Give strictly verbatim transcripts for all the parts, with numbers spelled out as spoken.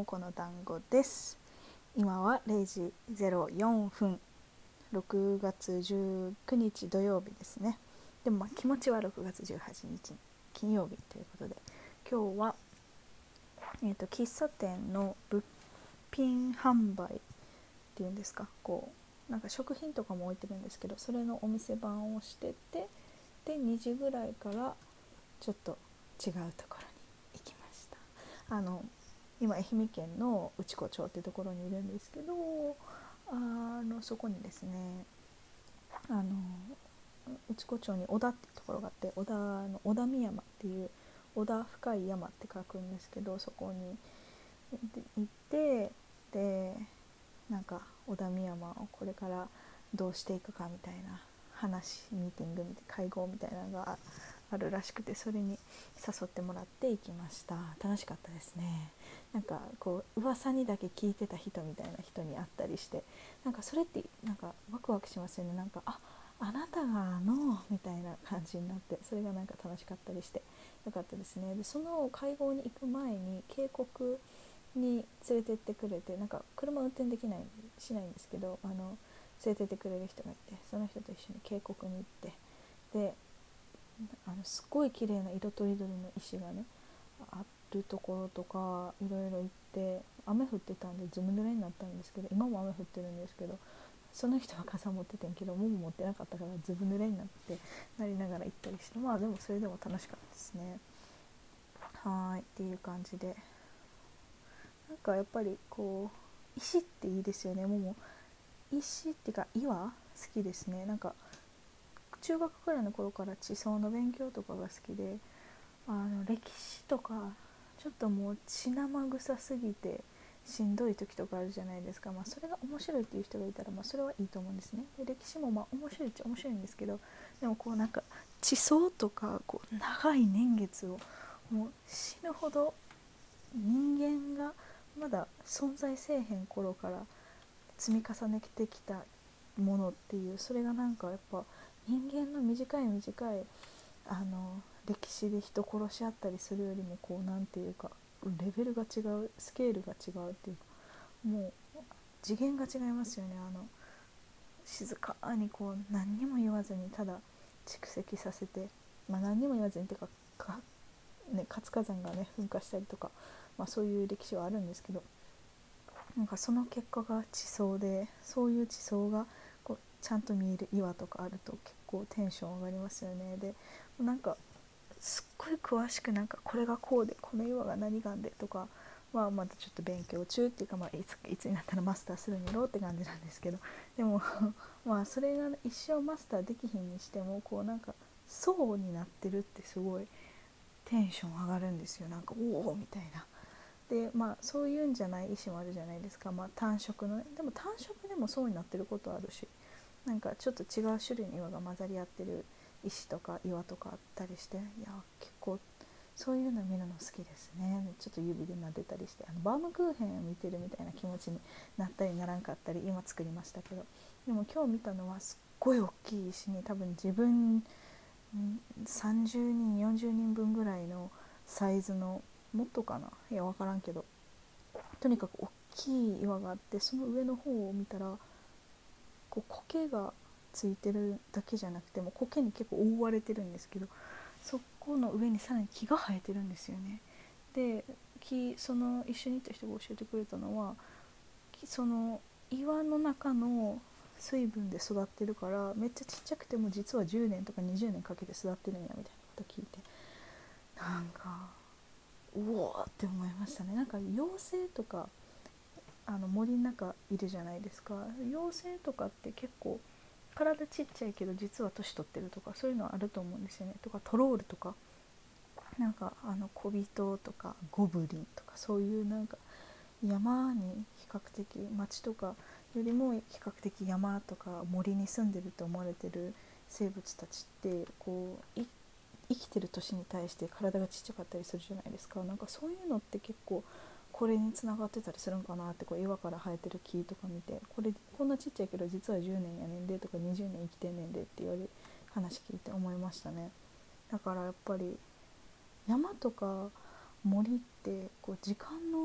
この団子です。今はれいじぜろよんぷん、ろくがつじゅうくにち土曜日ですね。でもまあ気持ちはろくがつじゅうはちにち金曜日ということで、今日は、えーと、喫茶店の物品販売っていうんですか、こうなんか食品とかも置いてるんですけど、それのお店番をしてて、でにじぐらいからちょっと違うところに行きました。あの今愛媛県の内子町っていうところにいるんですけど、あのそこにですね、あの内子町に小田っていうところがあって、小田の小田見山っていう、小田深い山って書くんですけど、そこに行って、でなんか小田見山をこれからどうしていくかみたいな話、ミーティングみたいな会合みたいなのがあるらしくて、それに誘ってもらって行きました。楽しかったですね。なんかこう噂にだけ聞いてた人みたいな人に会ったりして、なんかそれってなんかワクワクしますよね。なんかああなたがのみたいな感じになって、それがなんか楽しかったりしてよかったですね。でその会合に行く前に渓谷に連れてってくれて、なんか車運転できないしないんですけど、あの連れてってくれる人がいて、その人と一緒に渓谷に行って、であのすっごい綺麗な色とりどりの石がねあるところとかいろいろ行って、雨降ってたんでずぶ濡れになったんですけど、今も雨降ってるんですけど、その人は傘持っててんけどもも持ってなかったからずぶ濡れになってなりながら行ったりして、まあでもそれでも楽しかったですね。はいっていう感じで、なんかやっぱりこう石っていいですよね。もう石っていうか岩好きですね。なんか中学くらいの頃から地層の勉強とかが好きで、あの歴史とかちょっともう血生臭すぎてしんどい時とかあるじゃないですか。まあそれが面白いっていう人がいたらまあそれはいいと思うんですね。で歴史もまあ面白いっちゃ面白いんですけど、でもこうなんか地層とかこう長い年月をもう死ぬほど人間がまだ存在せえへん頃から積み重ねてきたものっていう、それがなんかやっぱ人間の短い短いあの歴史で人殺し合ったりするよりもこうなんていうかレベルが違う、スケールが違うっていうか、もう次元が違いますよね。あの静かにこう何にも言わずにただ蓄積させて、まあ何にも言わずにっていうかか、ね、活火山がね噴火したりとか、まあ、そういう歴史はあるんですけど、なんかその結果が地層で、そういう地層がこうちゃんと見える岩とかあると結構テンション上がりますよね。でなんかすっごい詳しくなんかこれがこうでこの岩が何がんでとかはまだちょっと勉強中っていうか、まあ、いつ、いつになったらマスターするんやろうって感じなんですけど、でもまあそれが一生マスターできひんにしてもこうなんか層になってるってすごいテンション上がるんですよ。なんかおおみたいな。でまあそういうんじゃない石もあるじゃないですか。まあ単色のね、でも単色でも層になってることあるし、なんかちょっと違う種類の岩が混ざり合ってる石とか岩とかあったりして、いや結構そういうの見るの好きですね。ちょっと指で撫でたりして、あのバームクーヘンを見てるみたいな気持ちになったりならんかったり、今作りましたけど、でも今日見たのはすっごい大きい石に多分自分さんじゅうにんよんじゅうにんぶんぐらいのサイズの、もっとかな、いや分からんけど、とにかく大きい岩があって、その上の方を見たらこう苔がついてるだけじゃなくても苔に結構覆われてるんですけど、そこの上にさらに木が生えてるんですよね。で木、その一緒にいた人が教えてくれたのは、その岩の中の水分で育ってるからめっちゃちっちゃくても実はじゅうねんとかにじゅうねんかけて育ってるんやみたいなこと聞いて、なんかうおーって思いましたね。なんか妖精とかあの森の中いるじゃないですか。妖精とかって結構体ちっちゃいけど実は年取ってるとか、そういうのはあると思うんですよね。とかトロールとか、なんかあの小人とかゴブリンとか、そういうなんか山に比較的、町とかよりも比較的山とか森に住んでると思われてる生物たちってこう生きてる年に対して体がちっちゃかったりするじゃないですか。なんかそういうのって結構これにつながってたりするんかなって、こう岩から生えてる木とか見て、これこんなちっちゃいけど実はじゅうねんやねんでとかにじゅうねん生きてんねんでって言われる話聞いて思いましたね。だからやっぱり山とか森ってこう時間の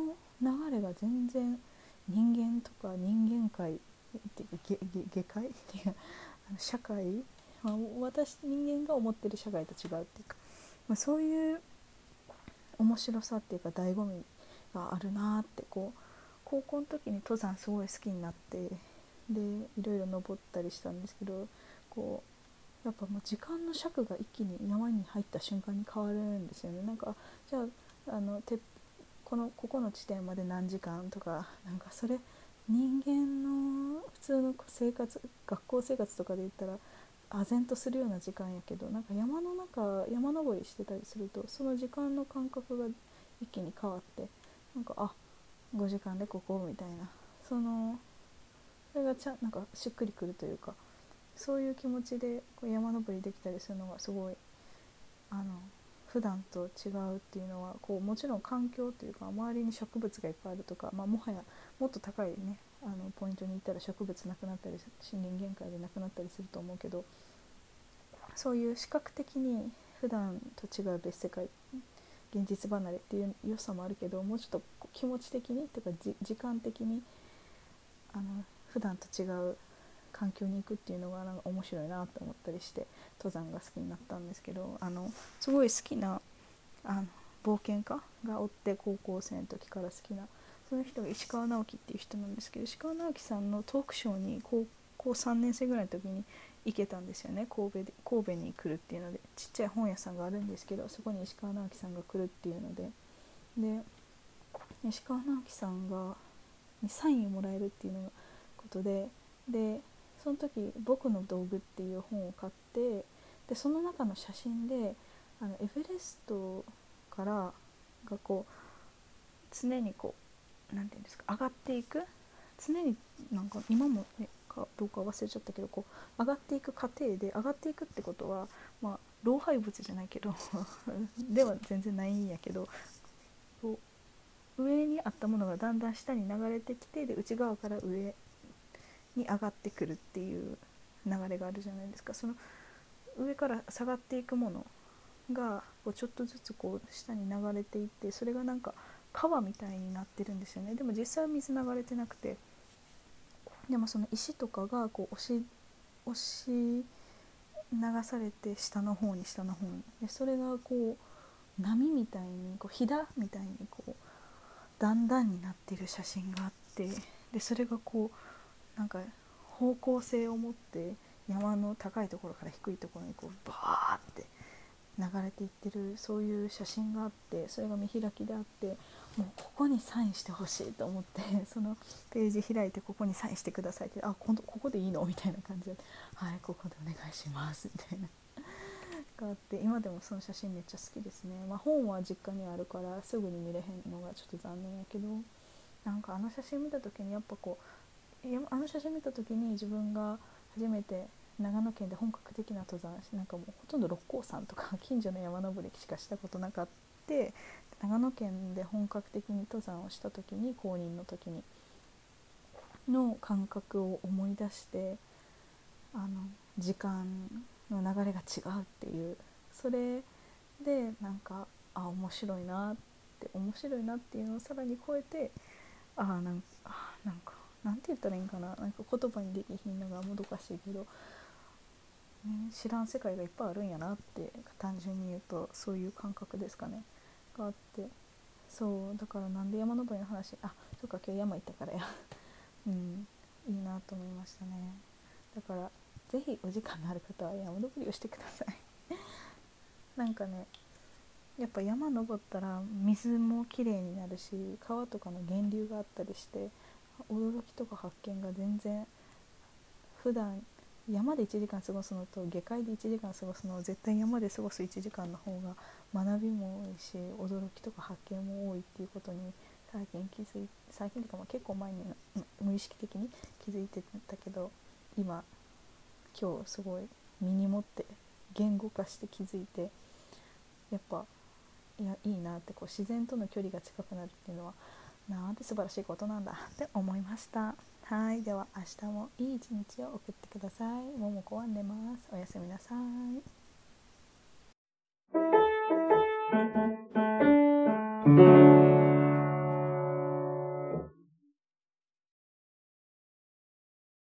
流れが全然人間とか人間界っていうか下下界っていうか社会、まあ、私人間が思ってる社会と違うっていうか、まあ、そういう面白さっていうか醍醐味があるなってこう高校の時に登山すごい好きになってでいろいろ登ったりしたんですけどこうやっぱもう時間の尺が一気に山に入った瞬間に変わるんですよね。なんかじゃあ、あのてこのここの地点まで何時間とかなんかそれ人間の普通の生活学校生活とかで言ったら唖然とするような時間やけどなんか山の中山登りしてたりするとその時間の感覚が一気に変わってなんかあごじかんでここみたいなそのそれがちゃなんかしっくりくるというかそういう気持ちでこう山登りできたりするのがすごいあの普段と違うっていうのはこうもちろん環境というか周りに植物がいっぱいあるとか、まあ、もはやもっと高いねあのポイントに行ったら植物なくなったり森林限界でなくなったりすると思うけどそういう視覚的に普段と違う別世界現実離れっていう良さもあるけどもうちょっと気持ち的にというか時間的にあの普段と違う環境に行くっていうのがなんか面白いなと思ったりして登山が好きになったんですけどあのすごい好きなあの冒険家がおって高校生の時から好きなその人が石川直樹っていう人なんですけど石川直樹さんのトークショーに高校さんねん生ぐらいの時に行けたんですよね。神戸で神戸に来るっていうのでちっちゃい本屋さんがあるんですけどそこに石川直樹さんが来るっていうのでで石川直樹さんがにサインをもらえるっていうのことででその時僕の道具っていう本を買ってでその中の写真であのエベレストからがこう常にこうなんていうんですか上がっていく常になんか今も、ね、かどうか忘れちゃったけどこう上がっていく過程で上がっていくってことはまあ老廃物じゃないけどでは全然ないんやけどこう上にあったものがだんだん下に流れてきてで内側から上に上がってくるっていう流れがあるじゃないですか。その上から下がっていくものがこうちょっとずつこう下に流れていってそれがなんか川みたいになってるんですよね。でも実際は水流れてなくてでもその石とかがこう押し押し流されて下の方に下の方にでそれがこう波みたいにこうひだみたいにこう段々になってる写真があってでそれがこうなんか方向性を持って山の高いところから低いところにこうバーって流れていってるそういう写真があってそれが見開きであってもうここにサインしてほしいと思ってそのページ開いてここにサインしてくださいってあ今度ここでいいのみたいな感じではいここでお願いしますみたいながあって今でもその写真めっちゃ好きですね。まあ、本は実家にあるからすぐに見れへんのがちょっと残念やけどなんかあの写真見た時にやっぱこうあの写真見た時に自分が初めて長野県で本格的な登山なんかもうほとんど六甲山とか近所の山登りしかしたことなかって長野県で本格的に登山をした時に公認の時にの感覚を思い出してあの時間の流れが違うっていうそれでなんかあ面白いなって面白いなっていうのをさらに超えてあなんかあなんかなんて言ったらいいんかななんか言葉にできひんのがもどかしいけど、ね、知らん世界がいっぱいあるんやなって単純に言うとそういう感覚ですかねがあってそうだからなんで山登りの話あそっか今日山行ったからやうんいいなと思いましたね。だからぜひお時間のある方は山登りをしてくださいなんかねやっぱ山登ったら水もきれいになるし川とかの源流があったりして驚きとか発見が全然普段山でいちじかん過ごすのと下界でいちじかん過ごすのは絶対山で過ごすいちじかんの方が学びも多いし驚きとか発見も多いっていうことに最近気づい最近とかも結構前に無意識的に気づいてたけど今今日すごい身に持って言語化して気づいてやっぱいやいいなってこう自然との距離が近くなるっていうのはなんて素晴らしいことなんだって思いました。はいでは明日もいい一日を送ってください。ももこは寝ます。おやすみなさい。